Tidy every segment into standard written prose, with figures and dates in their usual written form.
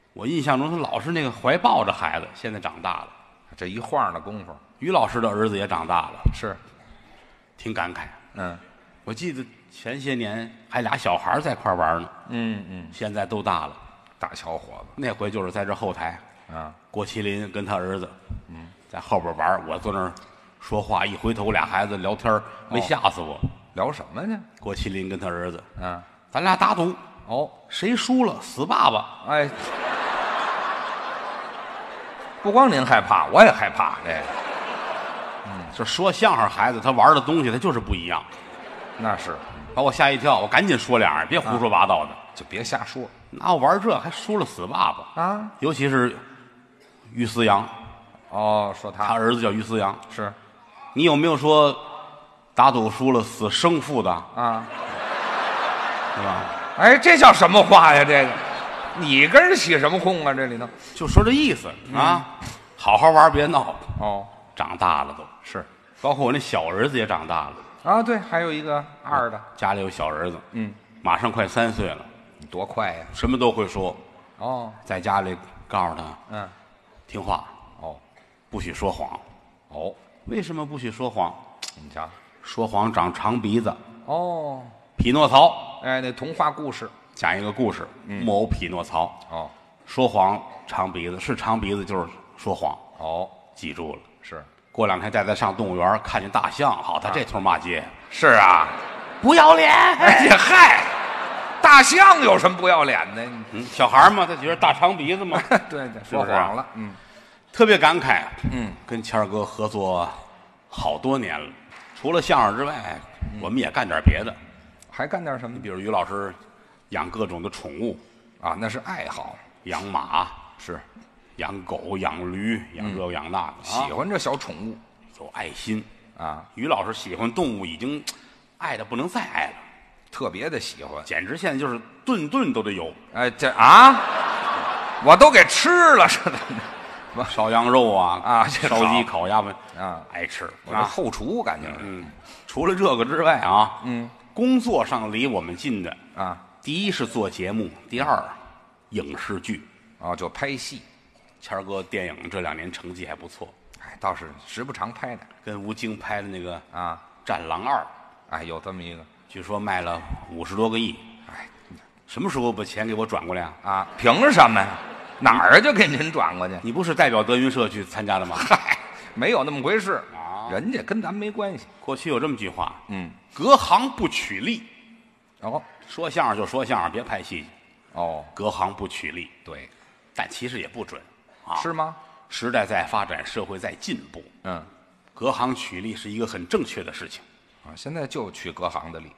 我印象中他老是那个怀抱着孩子，现在长大了。 这一晃的功夫于老师的儿子也长大了， 是， 挺感慨。 嗯我记得前些年还俩小孩在一块玩呢， 嗯， 现在都大了。 大小伙那回就是在这后台， 子啊， 郭麒麟跟他儿子，在后边玩，我坐那儿说话，一回头俩孩子聊天，没吓死我。 聊什么呢？ 郭麒麟跟他儿子， 嗯， 咱俩打赌， 哦， 谁输了死爸爸。 哎，不光您害怕，我也害怕这个。 这说相声孩子他玩的东西他就是不一样， 那是， 把我吓一跳，我赶紧说两句，别胡说八道的。 就别瞎说哪有玩这还输了死爸爸？ 啊。 尤其是于思阳， 哦，说他他儿子叫于思阳。 是你有没有说打赌输了死生父的？ 啊。 是吧？ 哎，这叫什么话呀？这个，你跟人起什么哄啊？这里头就说这意思啊，好好玩，别闹。 哦， 长大了都， 是包括我那小儿子也长大了， 啊，对，还有一个二的， 家里有小儿子， 嗯， 马上快3岁了， 多快呀！ 什么都会说， 哦， 在家里告诉他嗯， 听话， 哦， 不许说谎。 哦， 为什么不许说谎？ 你瞧， 说谎长长鼻子。 哦， 匹诺曹哎，那童话故事， 讲一个故事，木偶匹诺曹哦， 说谎长鼻子，是长鼻子就是说谎， 哦， 记住了。 是过2天带他上动物园，看见大象，好，他这头骂街， 是啊， 不要脸！ 哎呀嗨，大象有什么不要脸的？ 小孩嘛，他觉得大长鼻子嘛， 对对， 是不是说谎了，嗯特别感慨。 嗯， 跟谦儿哥合作好多年了，除了相声之外，我们也干点别的。 还干点什么比如于老师养各种的宠物， 啊？那是爱好， 养马、 是养狗、养驴、养这养那个， 喜欢这小宠物有爱心。 啊， 于老师喜欢动物，已经爱的不能再爱了， 特别的喜欢。 简直现在就是顿顿都得有哎，这啊，我都给吃了似的。 烧羊肉啊这烧鸡、 好烤鸭们啊， 爱吃我这后厨感觉是除了这个之外啊， 嗯工作上离我们近的， 啊， 第一是做节目，第二影视剧。 哦，就拍戏， 谦儿哥电影这2年成绩还不错， 哎，倒是时不常拍的跟吴京拍的那个《 啊， 战狼2》， 哎，有这么一个， 据说卖了50多个亿。 哎什么时候把钱给我转过来啊？ 啊，凭什么呀？哪儿就给您转过去？ 你不是代表德云社去参加的吗？ 嗨，没有那么回事， 啊， 人家跟咱没关系。 过去有这么句话， 嗯， 隔行不取利。 哦说相声就说相声，别拍戏去。 哦， 隔行不取利， 对， 但其实也不准啊。 是吗？ 时代在发展，社会在进步， 嗯隔行取利是一个很正确的事情。 啊，现在就取隔行的利。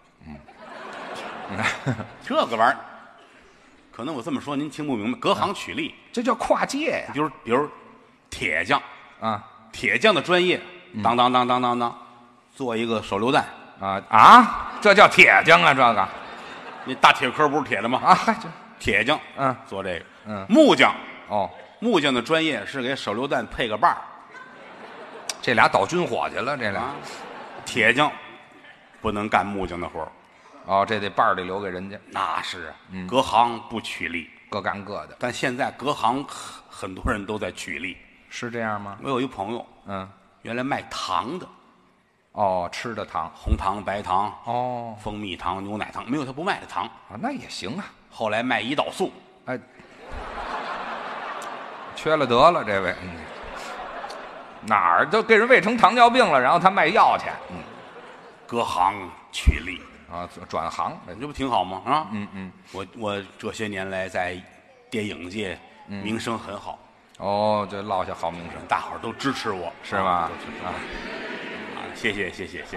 这个玩意儿，可能我这么说您听不明白。隔行取利， 这叫跨界呀！ 比如铁匠， 啊铁匠的专业，当当当当当当，做一个手榴弹， 啊，这叫铁匠啊，这个那大铁壳不是铁的吗？ 啊，嗨，这铁匠， 嗯做这个， 嗯木匠， 哦， 木匠的专业是给手榴弹配个把儿， 这俩倒军火去了，这俩啊，铁匠不能干木匠的活儿， 哦，这得伴儿得留给人家， 那是啊，隔行不取利。 各干各的， 但现在隔行很多人都在取利。 是这样吗？ 我有一朋友， 嗯， 原来卖糖的， 哦，吃的糖， 红糖、白糖、 哦， 蜂蜜糖、牛奶糖，没有他不卖的糖。 啊，那也行啊， 后来卖胰岛素， 哎，缺了得了，这位，哪儿就给人喂成糖尿病了，然后他卖药去， 隔行取利， 啊，转行， 这不挺好吗？啊，我这些年来在电影界名声很好， 哦，这落下好名声， 大伙儿都支持我， 是吗？ 都支持啊， 谢谢谢谢谢谢，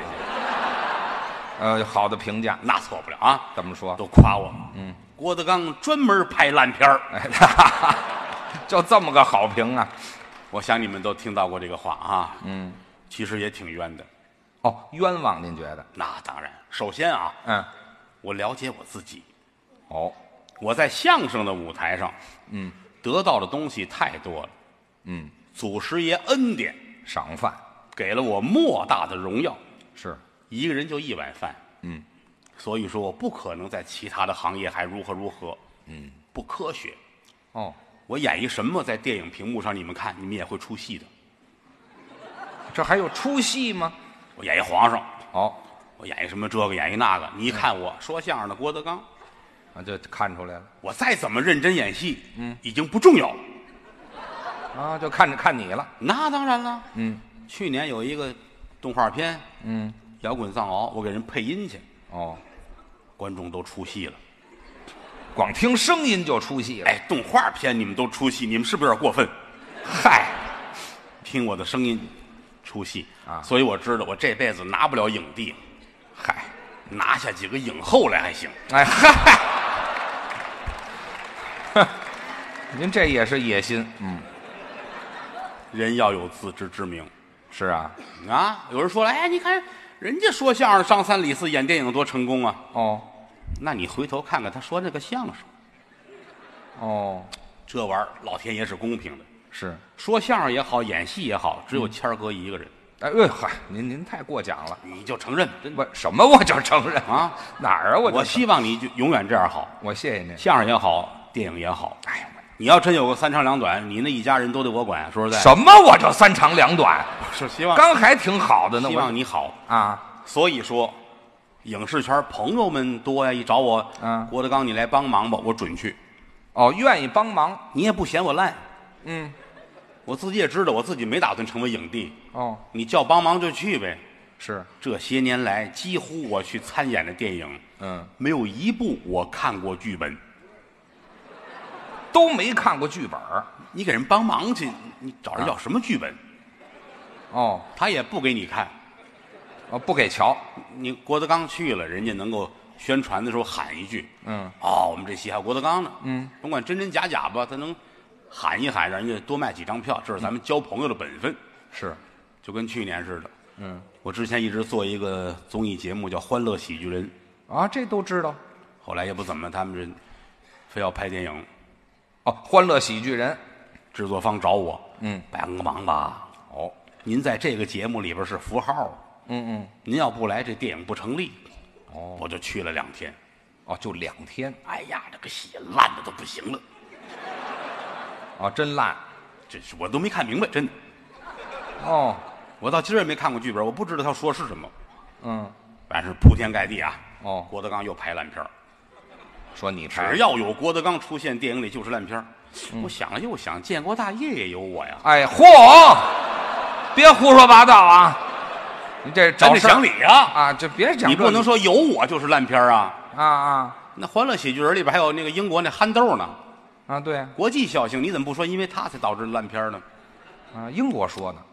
好的评价， 那错不了啊， 怎么说？ 都夸我。郭德纲专门拍烂片儿， 哎，就这么个好评啊！ 我想你们都听到过这个话啊。其实也挺冤的。 哦，冤枉您觉得？ 那当然，首先啊，我了解我自己， 哦， 我在相声的舞台上，得到的东西太多了，祖师爷恩典赏饭给了我莫大的荣耀， 是， 一个人就1碗饭，所以说我不可能在其他的行业还如何如何，不科学。 哦， 我演一什么在电影屏幕上，你们看，你们也会出戏的。 这还有出戏吗？ 我演一皇上， 哦， 我演一什么这个，演一那个，你一看我说相声的郭德纲， 啊，就看出来了。 我再怎么认真演戏，已经不重要。 啊，就看你了。 那当然了。去年有一个动画片，摇滚藏獒，我给人配音去， 哦， 观众都出戏了。 光听声音就出戏了。 哎，动画片你们都出戏，你们是不是有点过分？ 嗨， 听我的声音出戏啊， 所以我知道我这辈子拿不了影帝， 嗨， 拿下几个影后来还行。 哎嗨，您这也是野心。 人要有自知之明是啊。 啊！有人说了，哎，你看人家说相声张三李四演电影多成功啊！ 哦那你回头看看他说那个相声， 哦， 这玩意儿老天爷是公平的， 是。 说相声也好，演戏也好，只有谦儿哥一个人， 哎嗨，您太过奖了。 你就承认，真的我什么我就承认啊？ 哪儿啊？ 我希望你就永远这样好， 我谢谢您。 相声也好，电影也好。 哎， 你要真有个三长两短，你那一家人都得我管。说实在， 什么我就三长两短？ 是希望刚还挺好的呢。 希望你好啊。 所以说，影视圈朋友们多呀，一找我，郭德纲你来帮忙吧，我准去。 哦，愿意帮忙。 你也不嫌我烂， 我我自己也知道，我自己没打算成为影帝。 哦， 你叫帮忙就去呗。 是。 这些年来，几乎我去参演的电影，没有一部我看过剧本。 都没看过剧本儿。 你给人帮忙去，你找人要什么剧本？ 哦他也不给你看。 哦，不给瞧。 你郭德纲去了，人家能够宣传的时候喊一句，我们这戏还有郭德纲呢，甭管真真假假吧，他能喊一喊，让人家多卖几张票，这是咱们交朋友的本分。 是。 就跟去年似的，我之前一直做一个综艺节目叫《欢乐喜剧人》， 啊，这都知道。 后来也不怎么，他们这非要拍电影， 哦，欢乐喜剧人。 制作方找我，帮个忙吧。 哦， 您在这个节目里边是符号，您要不来，这电影不成立。 哦， 我就去了2天。 哦，就2天。 哎呀，这个戏烂的都不行了。 哦，真烂。 这是我都没看明白，真的。 哦， 我到今儿也没看过剧本，我不知道他说是什么。但是铺天盖地啊。 哦， 郭德纲又拍烂片儿， 说你拍， 只要有郭德纲出现，电影里就是烂片儿。我想了又想，建国大业也有我呀。 哎，嚯！别胡说八道啊！你这咱得讲理啊！ 啊，就别讲。 你不能说有我就是烂片儿啊！ 啊！ 那《欢乐喜剧人》里边还有那个英国那憨豆呢。 啊，对。 国际笑星，你怎么不说因为他才导致烂片呢？ 啊，英国说呢。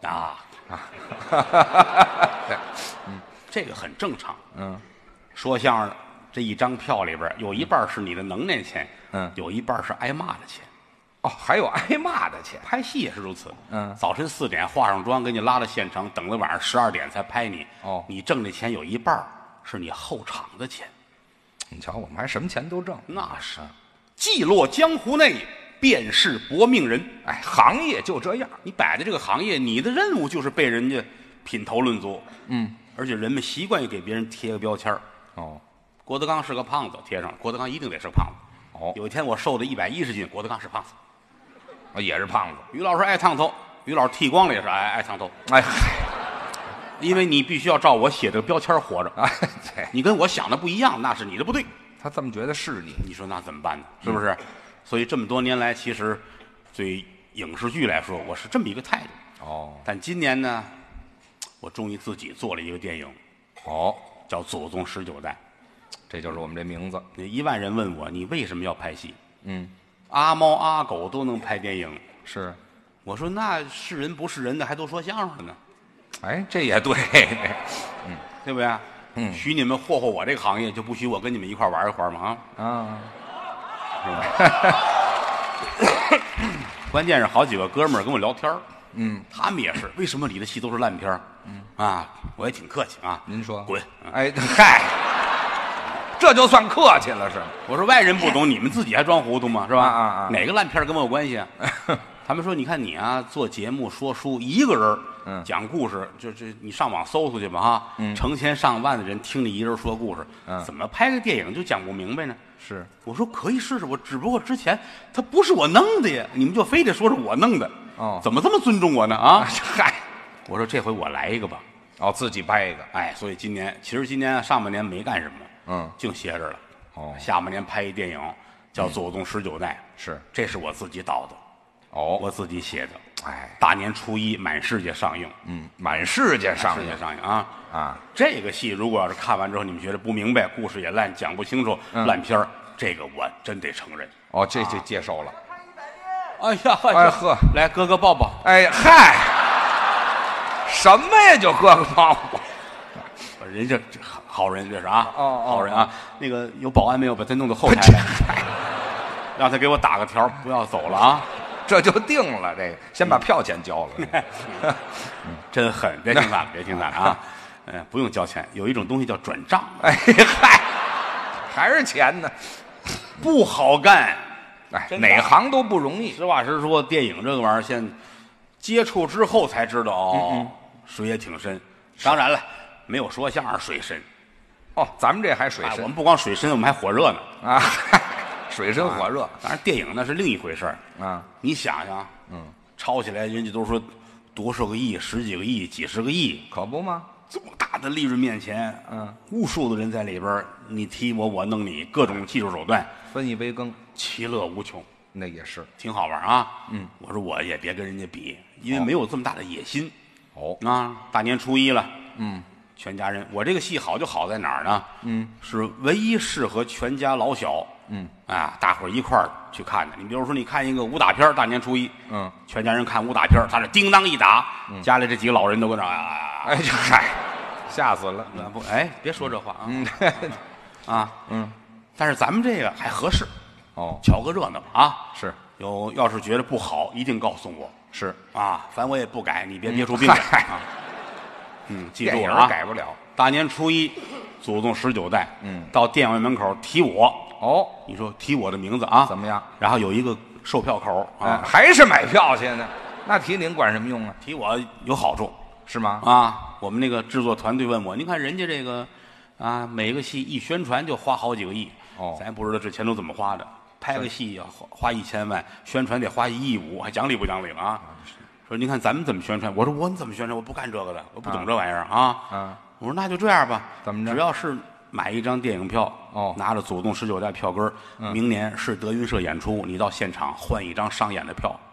对，这个很正常。说相声这一张票里边有一半是你的能耐钱，有一半是挨骂的钱。 哦，还有挨骂的钱。 拍戏也是如此。早晨4点化上妆，给你拉到现场，等到晚上12点才拍你。 哦， 你挣的钱有一半是你后场的钱。 你瞧，我们还什么钱都挣。 那是，既落江湖内，便是薄命人。 哎，行业就这样。 你摆的这个行业，你的任务就是被人家品头论足。而且人们习惯于给别人贴个标签。 哦， 郭德纲是个胖子，贴上郭德纲一定得是个胖子。 哦， 有一天我瘦的110斤，郭德纲是胖子。 也是胖子。 于老师爱烫头，于老师剃光了也是爱烫头。 哎， 因为你必须要照我写的标签活着。 哎，对， 你跟我想的不一样，那是你的不对。 他这么觉得是你， 你说那怎么办呢？是不是？所以这么多年来，其实对影视剧来说，我是这么一个态度。 哦， 但今年呢，我终于自己做了一个电影。 哦， 叫《祖宗19代》， 这就是我们这名字。 那1万人问我，你为什么要拍戏？阿猫阿狗都能拍电影。 是， 我说那是人不是人的还都说相声的呢。 哎，这也对。 对不对？许你们霍霍我这个行业，就不许我跟你们一块玩一会儿吗？是吧？关键是好几个哥们儿跟我聊天他们也是，为什么你的戏都是烂片儿？我也挺客气啊。 您说， 滚！ 哎，嗨，这就算客气了是吗？ 我说外人不懂，你们自己还装糊涂吗？是吧？ 啊！ 哪个烂片跟我有关系啊？他们说，你看你啊，做节目说书，一个人讲故事，这你上网搜搜去吧哈，成千上万的人听你一人说故事，怎么拍个电影就讲不明白呢？ 是， 我说可以试试，我只不过之前他不是我弄的呀，你们就非得说是我弄的，怎么这么尊重我呢？啊， 嗨， 我说这回我来一个吧， 自己掰一个， 哎，所以今年上半年没干什么，净歇着了，下半年拍一电影叫《左宗19代》， 是， 这是我自己导的，我自己写的， 哎， 大年初一满世界上映， 满世界上映啊！这个戏如果要是看完之后你们觉得不明白，故事也烂，讲不清楚，烂片儿，这个我真得承认。 这接受了。 哎呀， 哎呵， 来哥哥抱抱。 哎嗨，什么呀？就哥哥抱抱。 人家好人这是啊，好人啊。那个有保安没有？把他弄到后台来，让他给我打个条，不要走了啊。 这就定了，这个先把票钱交了。 真狠，别听他了，别听他了啊！不用交钱，有一种东西叫转账。 哎嗨，还是钱呢， 不好干。 哎，哪行都不容易。 实话实说，电影这个玩意儿，现接触之后才知道水也挺深。当然了，没有说相声水深。 咱们这还水深。 我们不光水深，我们还火热呢。 啊，水深火热。 当然，电影那是另一回事儿。你想想，抄起来，人家都说多少个亿、十几个亿、几十个亿， 可不吗？ 这么大的利润面前，无数的人在里边，你踢我，我弄你，各种技术手段， 分一杯羹， 其乐无穷。 那也是挺好玩啊。我说我也别跟人家比，因为没有这么大的野心。大年初一了，全家人，我这个戏好就好在哪儿呢？是唯一适合全家老小，大伙儿一块儿去看的。你比如说，你看一个武打片，大年初一，全家人看武打片，他这叮当一打，家里这几个老人都搁那哎呀嗨，吓死了！ 不，别说这话啊，但是咱们这个还合适，瞧个热闹啊。 是， 要是觉得不好，一定告诉我。 是啊，反正我也不改，你别憋出病来啊。记住了啊， 改不了。 大年初一，祖宗19代，到电影院门口提我。你说提我的名字啊？ 怎么样？ 然后有一个售票口啊， 还是买票去呢？那提您管什么用啊？ 提我有好处是吗？ 我们那个制作团队问我，您看人家这个每个戏一宣传就花好几个亿，咱不知道这钱都怎么花的。拍个戏要花1000万，宣传得花1.5亿，还讲理不讲理了啊？说您看咱们怎么宣传？我说我怎么宣传？我不干这个的，我不懂这玩意儿啊。我说那就这样吧， 怎么着？ 只要是买一张电影票，拿着祖宗19代票根明年是德云社演出，你到现场换一张商演的票。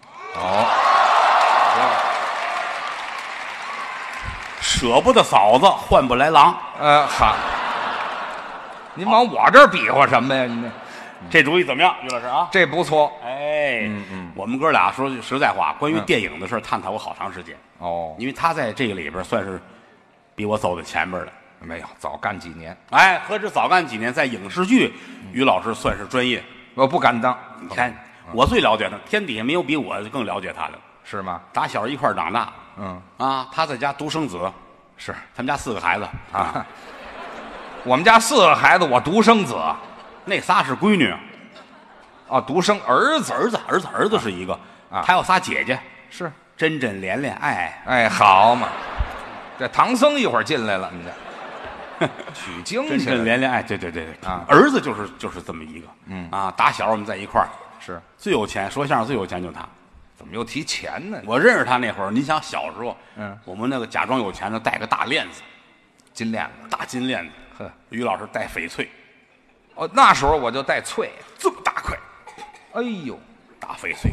舍不得嫂子换不来郎。 好，您往我这儿比划什么呀？您这主意怎么样，于老师啊？ 这不错。 我们哥俩说句实在话，关于电影的事探讨过好长时间。因为他在这个里边算是比我走在前边的。 没有，早干几年。 何止早干几年，在影视剧，于老师算是专业。 我不敢当。 你看，我最了解他，天底下没有比我更了解他的。 是吗？ 打小一块长大。他在家独生子。 是， 他们家4个孩子啊。 我们家4个孩子，我独生子。 那仨是闺女。 独生儿子是一个。他有仨姐姐。 是珍珍、莲莲、 好嘛，这唐僧一会儿进来了，你这取经去了。 珍珍、莲莲、对儿子就是这么一个。打小我们在一块儿。 是最有钱，说相声最有钱就他。 怎么又提钱呢？ 我认识他那会儿，你想小时候，我们那个假装有钱的，戴个大链子， 金链子， 大金链子。于老师戴翡翠。 那时候我就戴翠， 这么大块。 哎呦， 大翡翠，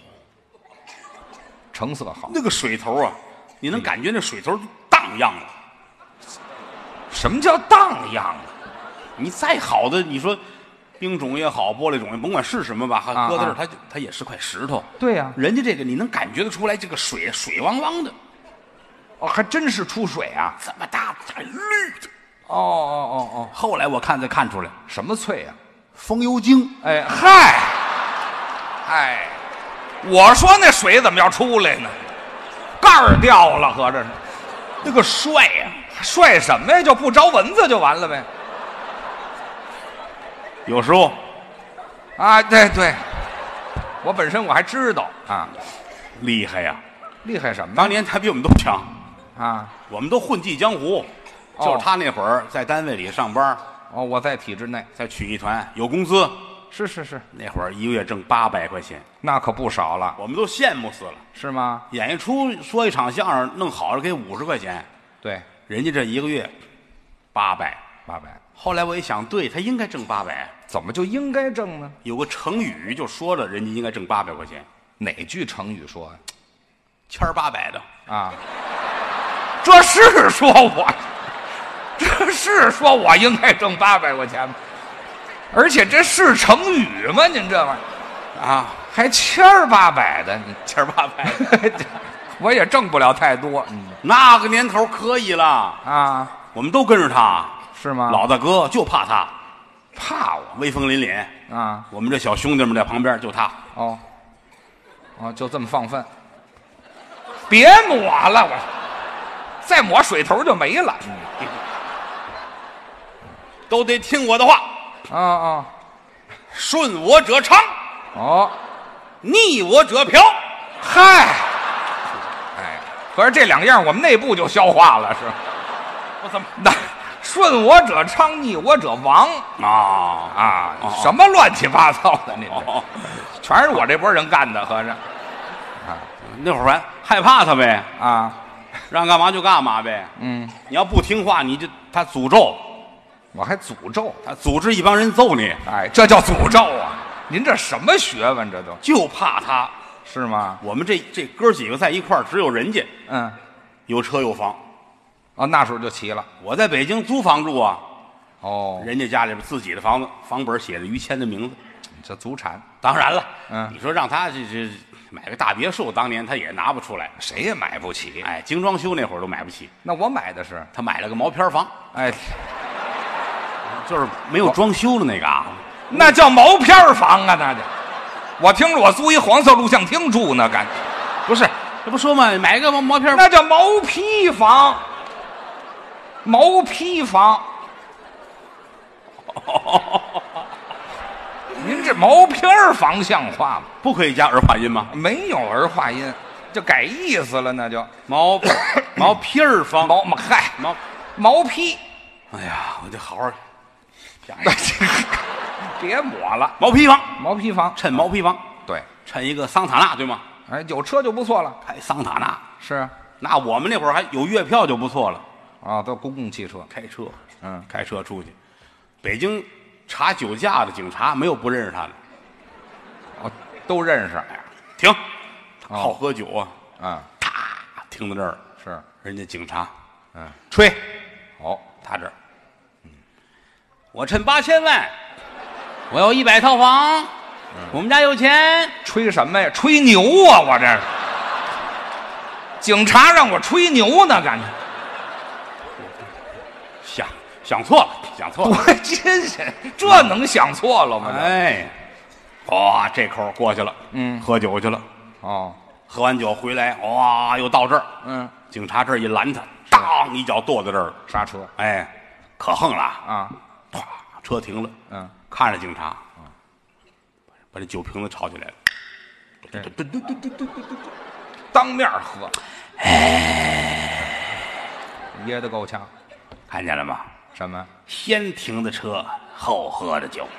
成色好。 那个水头啊，你能感觉那水头荡漾了。 什么叫荡漾啊？ 你再好的，你说冰种也好，玻璃种也甭管是什么吧，搁在这儿，它也是块石头。 对呀， 人家这个你能感觉得出来，这个水汪汪的。 还真是出水啊！ 这么大，绿的。后来我才看出来， 什么翠啊？ 风油精。 我说那水怎么要出来呢？盖儿掉了，合着是。 那个帅呀！ 帅什么呀？就不招蚊子就完了呗。 有时候对，我本身我还知道厉害呀！ 厉害什么？ 当年他比我们都强我们都混迹江湖。就是他那会儿在单位里上班哦，我在体制内， 在曲艺团有工资。 是是是， 那会儿一个月挣800块钱， 那可不少了， 我们都羡慕死了。 是吗？ 演一出说一场相声，弄好了给50块钱， 对人家这一个月800。 ，800， 后来我一想，对他应该挣800。 怎么就应该挣呢？ 有个成语就说了，人家应该挣800块钱， 哪句成语说呀？ 千儿800的。 啊，这是说我，这是说我应该挣800块钱吗？而且这是成语吗？您这玩意儿啊， 还1800的，你千儿800， 我也挣不了太多。 那个年头可以了， 啊， 我们都跟着他。 是吗？ 老大哥就怕他， 怕我威风凛凛。 啊？ 我们这小兄弟们在旁边就他。 哦，就这么放粪，别抹了，我再抹水头就没了。 都得听我的话，顺我者昌， 哦， 逆我者嫖。 嗨，哎，合着这两样我们内部就消化了，是吧？ 我怎么那顺我者昌，逆我者亡啊？ 什么乱七八糟的？你这哦， 全是我这波人干的，合着那会儿还害怕他呗， 啊， 让干嘛就干嘛呗。你要不听话，他诅咒， 我还诅咒， 他组织一帮人揍你， 哎，这叫诅咒啊！您这什么学问？这都就怕他。 是吗？ 我们这哥几个在一块儿，只有人家有车有房。 哦，那时候就齐了。 我在北京租房住啊， 哦， 人家家里边自己的房子，房本写着于谦的名字。 这祖产， 当然了， 嗯你说让他这买个大别墅，当年他也拿不出来。 谁也买不起。 哎，精装修那会儿都买不起， 那我买的是， 他买了个毛坯房， 哎， 就是没有装修的那个啊。 那叫毛片房啊，那就。我听着我租一黄色录像厅住呢，感觉不是，这不说嘛，买个毛坯房， 那叫毛坯房，毛坯房。您这毛片房像话吗？ 不可以加儿化音吗？ 没有儿化音，就改意思了，那就毛坯儿房， 嗨毛， 毛坯。 哎呀，我得好好想一想。 别抹了， 毛坯房， 毛坯房， 趁毛坯房， 对， 趁一个桑塔纳，对吗？ 哎，有车就不错了。 开桑塔纳， 是那我们那会儿还有月票就不错了。 啊，都公共汽车。 开车， 开车出去，北京查酒驾的警察没有不认识他的。 哦，都认识。 停，他好喝酒啊。啪，停在这儿。 是， 人家警察，吹，他这儿，我趁8000万，我有100套房，我们家有钱。 吹什么呀？吹牛啊！我这是，警察让我吹牛呢，感觉想错了，想错了， 多新鲜！这能想错了吗？ 哎，哇，这口过去了，喝酒去了。 哦， 喝完酒回来，哇，又到这儿，警察这儿一拦他，当一脚跺在这儿了， 刹车。 哎，可横了啊！ 唰，车停了，看着警察，把这酒瓶子抄起来了， 当面喝，噎得够呛。 看见了吗？ 什么？ 先停的车，后喝的酒。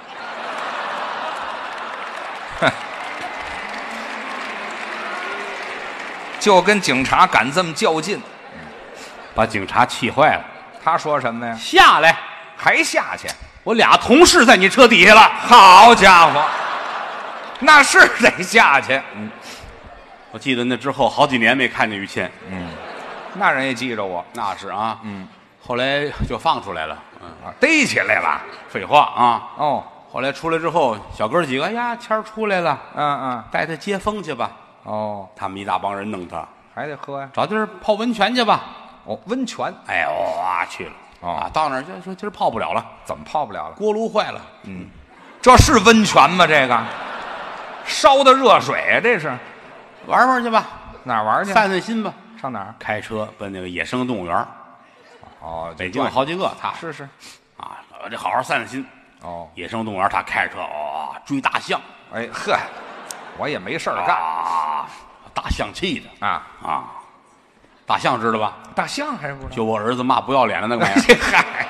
就跟警察敢这么较劲， 把警察气坏了。 他说什么呀？ 下来， 还下去？ 我俩同事在你车底下了。 好家伙，那是得下去。 我记得那之后好几年没看见于谦。 那人也记着我。 那是啊。后来就放出来了。 逮起来了。 废话啊。 哦。 后来出来之后，小哥几个，哎呀，谦儿出来了。带他接风去吧。 哦。 他们一大帮人弄他， 还得喝呀。 找地儿泡温泉去吧。 哦，温泉。 哎，哇，去了。到那儿就说今儿泡不了了。 怎么泡不了了？ 锅炉坏了。 这是温泉吗？这个烧的热水，这是。 玩玩去吧。 哪儿玩去？ 散散心吧。 上哪儿？ 开车奔那个野生动物园。北京有好几个，他是这好好散散心。野生动物园他开着车，追大象。 哎呵，我也没事儿干。 大象气的大象知道吧？ 大象还是不知道？ 就我儿子骂不要脸的那个玩意儿。 嗨，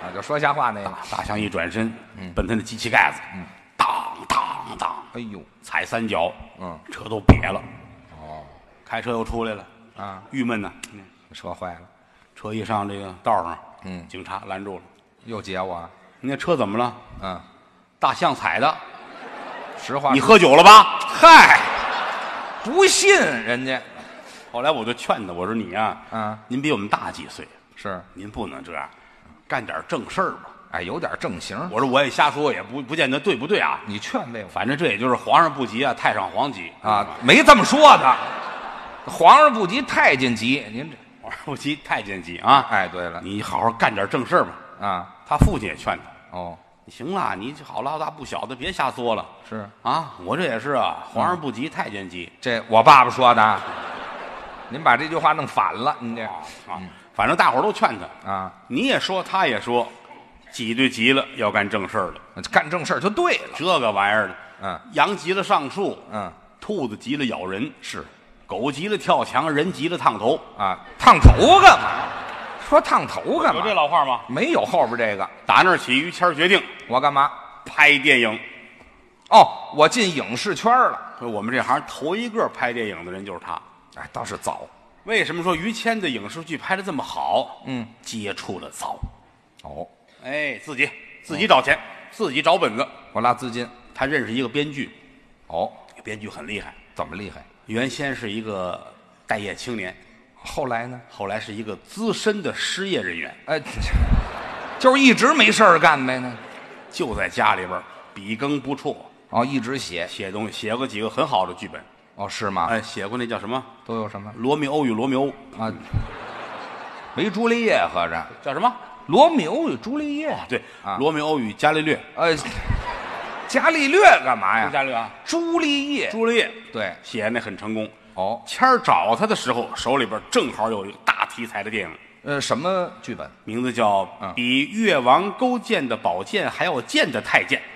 啊，就说瞎话那个。 大象一转身，奔他那机器盖子，当当当， 哎呦， 踩3脚，车都瘪了。 哦， 开车又出来了， 啊， 郁闷呢。 车坏了， 车一上这个道上，警察拦住了， 又截我。 你那车怎么了？ 嗯， 大象踩的。 实话， 你喝酒了吧？ 嗨，不信人家。 后来我就劝他，我说你呀，您比我们大几岁， 是您不能这样，干点正事儿吧。 哎，有点正形。 我说我也瞎说，也不见得对不对啊。 你劝慰我， 反正这也就是皇上不急啊，太上皇急啊，没这么说的。皇上不急，太监急。您这皇上不急，太监急啊。 哎，对了， 你好好干点正事儿吧。 啊， 他父亲也劝他。 哦， 行了，你好老大不小的，别瞎作了。 是啊，我这也是啊，皇上不急，太监急。 这我爸爸说的。您把这句话弄反了，您这反正大伙儿都劝他啊， 你也说，他也说，挤兑急了，要干正事儿了， 干正事儿就对了。 这个玩意儿的，羊急了上树，兔子急了咬人， 是， 狗急了跳墙，人急了烫头啊，烫头干嘛？说烫头干嘛？ 有这老话吗？ 没有后边这个。 打那儿起，于谦决定我干嘛？ 拍电影。 哦，我进影视圈了。 我们这行头一个拍电影的人就是他。 哎，倒是早。 为什么说于谦的影视剧拍的这么好？接触的早。 哦， 哎，自己找钱，自己找本子， 我拉资金。 他认识一个编剧。 哦， 编剧很厉害。 怎么厉害？ 原先是一个待业青年， 后来呢？ 后来是一个资深的失业人员。 哎，就是一直没事儿干呗呢， 就在家里边笔耕不辍。 哦，一直写东西，写过几个很好的剧本。 哦，是吗？ 哎，写过那叫什么？ 都有什么？ 罗密欧与罗密欧啊，没朱丽叶合着叫什么？ 罗密欧与朱丽叶。 对啊， 罗密欧与伽利略。 伽利略干嘛呀？ 伽利略啊， 朱丽叶。 朱丽叶对， 写那很成功。 哦， 谦儿找他的时候，手里边正好有一个大题材的电影。 什么剧本？ 名字叫《比越王勾践的宝剑还要贱的太监》。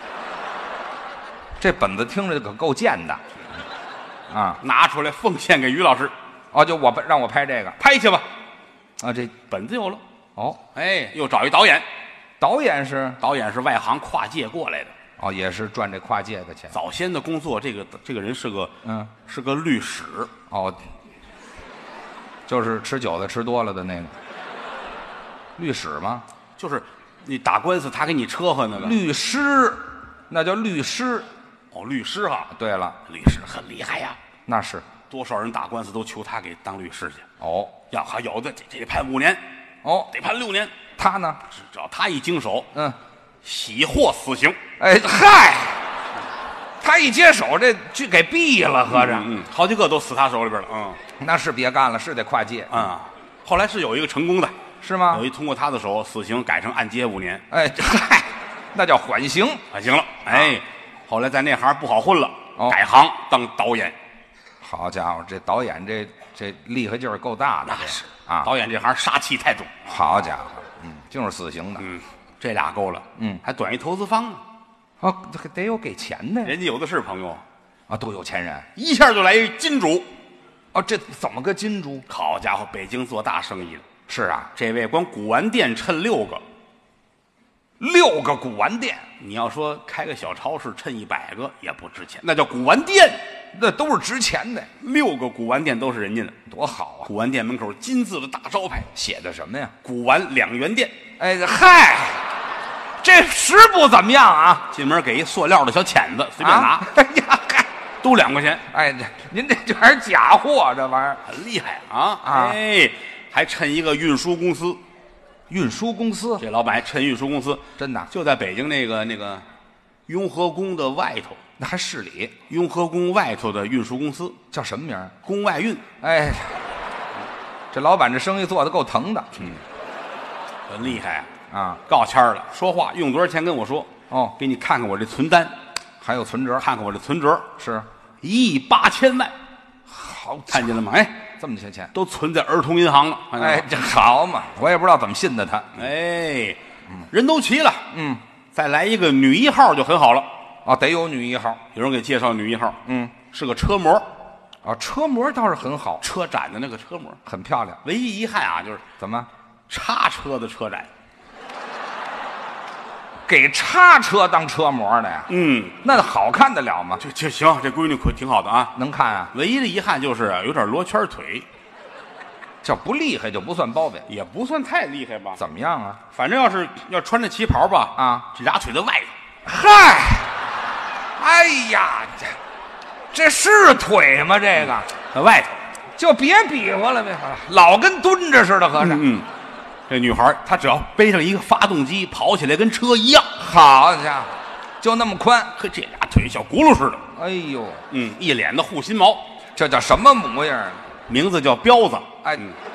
这本子听着可够贱的。啊， 拿出来奉献给于老师。 哦，就让我拍这个， 拍去吧。 啊，这本子有了。 哦， 哎，又找一导演。 导演是外行跨界过来的。 哦，也是赚这跨界的钱。 早先的工作，这个人是个律师。 哦，就是吃韭菜吃多了的那个律师吗？ 就是你打官司，他给你车和那个律师，那叫律师。 哦，律师哈。 对了， 律师很厉害呀。 那是多少人打官司都求他给当律师去。 哦， 还有的这得判5年， 哦， 得判6年。 他呢？ 只要他一经手，喜获死刑。 哎嗨，他一接手这就给毙了，合着。 好几个都死他手里边了。 那是别干了，是得跨界。 后来是有一个成功的， 是吗？ 有一通过他的手，死刑改成按揭5年。 哎嗨，那叫缓刑。 缓刑了。哎。后来在那行不好混了，改行当导演。 好家伙，这导演这厉害劲儿够大的。 那是啊， 导演这行杀气太重。 好家伙，就是死刑的。 这俩够了。还短一投资方呢。 哦，得有给钱的。 人家有的是朋友啊，都有钱人， 一下就来一金主。 哦，这怎么个金主？ 好家伙，北京做大生意了。 是啊， 这位光古玩店趁6个 ，6个古玩店。 你要说开个小超市趁100个也不值钱，那叫古玩店， 那都是值钱的。 6个古玩店都是人家的， 多好啊！ 古玩店门口金字的大招牌， 写的什么呀？ 古玩2元店。 哎嗨，这实不怎么样啊！ 进门给一塑料的小钳子，随便拿。 哎呀嗨， 都2块钱。 哎，您这还是假货，这玩意儿很厉害啊！哎，还趁一个运输公司。 运输公司， 这老板还趁运输公司， 真的就在北京那个雍和宫的外头， 那还市里雍和宫外头的运输公司叫什么名？ 宫外运。 哎，这老板这生意做得够疼的。 很厉害啊！ 告谦儿了，说话用多少钱跟我说。 哦， 给你看看我这存单， 还有存折， 看看我这存折是 1亿8千万。 好， 看见了吗？哎。 这么些钱都存在儿童银行了。 哎，这好嘛，我也不知道怎么信的他。 哎，人都齐了。再来一个女1号就很好了。 哦，得有女1号。 有人给介绍女1号。是个车模。 哦，车模倒是很好， 车展的那个车模很漂亮。 唯一遗憾啊，就是怎么叉车的车展。 给叉车当车模的呀？ 嗯， 那好看得了吗？ 这行，这闺女可挺好的啊。 能看啊？ 唯一的遗憾就是有点罗圈腿， 这不厉害就不算包呗。 也不算太厉害吧。 怎么样啊？ 反正要穿着旗袍吧， 啊， 这俩腿在外头。 嗨，哎呀，这是腿吗？这个在外头， 就别比划了呗，老跟蹲着似的，合着。 嗯，这女孩她只要背上一个发动机，跑起来跟车一样。 好家伙，就那么宽， 呵，这俩腿小轱辘似的。 哎呦， 一脸的护心毛， 这叫什么模样？ 名字叫彪子。 哎，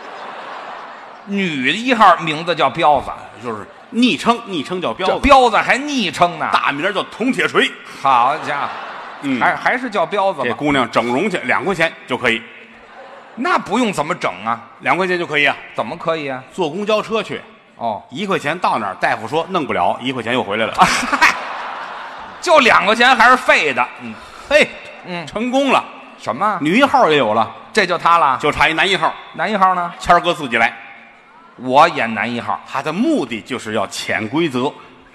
女一号名字叫彪子， 就是昵称叫彪这子。 彪子还昵称呢， 大名叫铜铁锤。 好家伙，还是叫彪子这吧？ 姑娘整容去2块钱就可以那不用怎么整啊？ ，2块钱就可以啊。 怎么可以啊？ 坐公交车去哦， 1块钱到那儿，大夫说弄不了，1块钱又回来了。 嗨，就2块钱还是废的。 嘿， 嗯， 成功了。 什么？ 女1号也有了， 这就他了？ 就差一男1号。 男一号呢？ 谦儿哥自己来， 我演男一号， 他的目的就是要潜规则。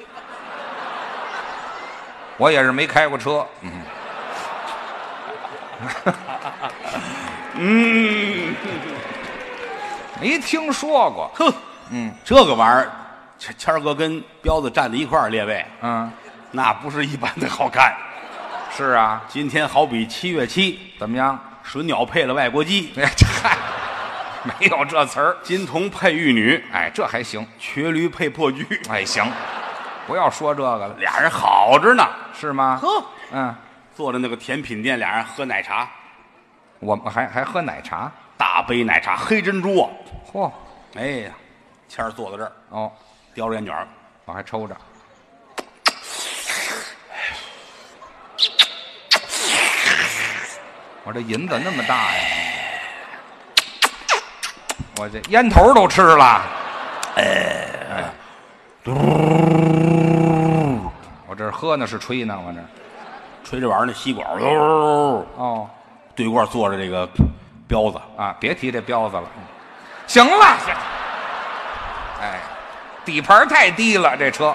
我也是没开过车。没听说过。 哼，这个玩意儿，谦儿哥跟彪子站在一块儿，列位，那不是一般的好看。 是啊， 今天好比7月7， 怎么样？ 水鸟配了外国鸡， 哎，嗨，没有这词儿。 金童配玉女， 哎，这还行。 瘸驴配破驹。 哎，行，不要说这个了， 俩人好着呢。 是吗？ 呵，坐在那个甜品店，俩人喝奶茶， 我们还喝奶茶。 大杯奶茶，黑珍珠啊。 嚯， 哎呀，谦儿坐在这儿， 哦， 叼着烟卷儿， 我还抽着。我这瘾怎么那么大呀？我这烟头都吃了。我这喝呢是吹呢，我这。 吹着玩儿那吸管儿， 哦， 对过坐着这个彪子， 啊，别提这彪子了。行了，行。哎，底盘太低了，这车。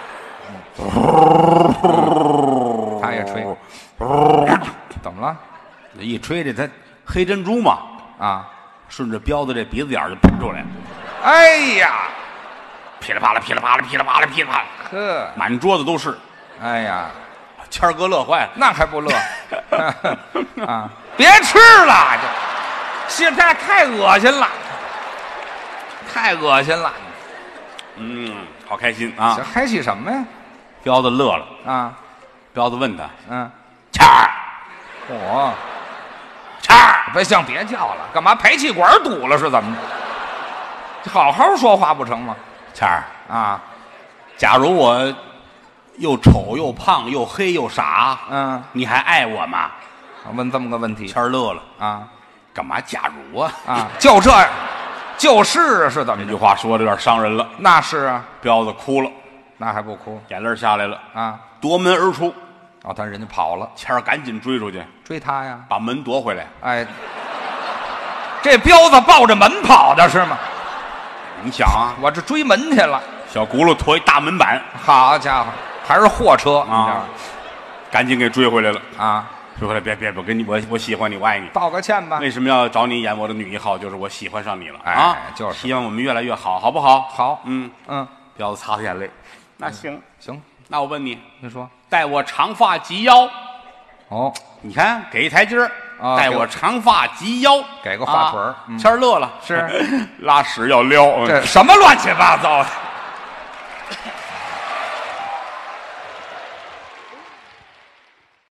他也吹。怎么了？ 一吹这他黑珍珠嘛， 啊， 顺着彪子这鼻子眼儿就喷出来， 哎呀， 噼里啪啦，噼里啪啦，噼里啪啦，噼里啪啦， 呵， 满桌子都是。 哎呀， 谦儿哥乐坏了， 那还不乐？啊，别吃了，这现在太恶心了，太恶心了。 好开心啊这！开心什么呀？ 彪子乐了， 啊， 彪子问他谦儿， 谦儿， 别叫了，干嘛排气管堵了是怎么着？好好说话不成吗？ 谦儿， 啊， 假如我又丑又胖又黑又傻，你还爱我吗？ 问这么个问题。 谦儿乐了， 啊干嘛假如啊？ 啊，就这样，就是是怎么着？ 这句话说的有点伤人了。 那是啊， 彪子哭了， 那还不哭眼泪下来了， 啊？ 夺门而出。 哦，他人家跑了， 谦儿赶紧追出去， 追他呀？ 把门夺回来。 哎，这彪子抱着门跑的是吗？ 你想啊， 我这追门去了。 小轱辘驮一大门板好家伙，还是货车啊，赶紧给追回来了。 啊！ 追回来，别，跟你我喜欢你，我爱你。 道个歉吧。 为什么要找你演我的女1号？就是我喜欢上你了哎啊！ 就是希望我们越来越好，好不好？ 好， 彪子擦擦眼泪。那行， 行， 那我问你， 你说。 待我长发及腰。 哦， 你看，给一台阶儿， 啊待我长发及腰， 给个发腿儿谦儿乐了， 是拉屎要撩， 这什么乱七八糟的？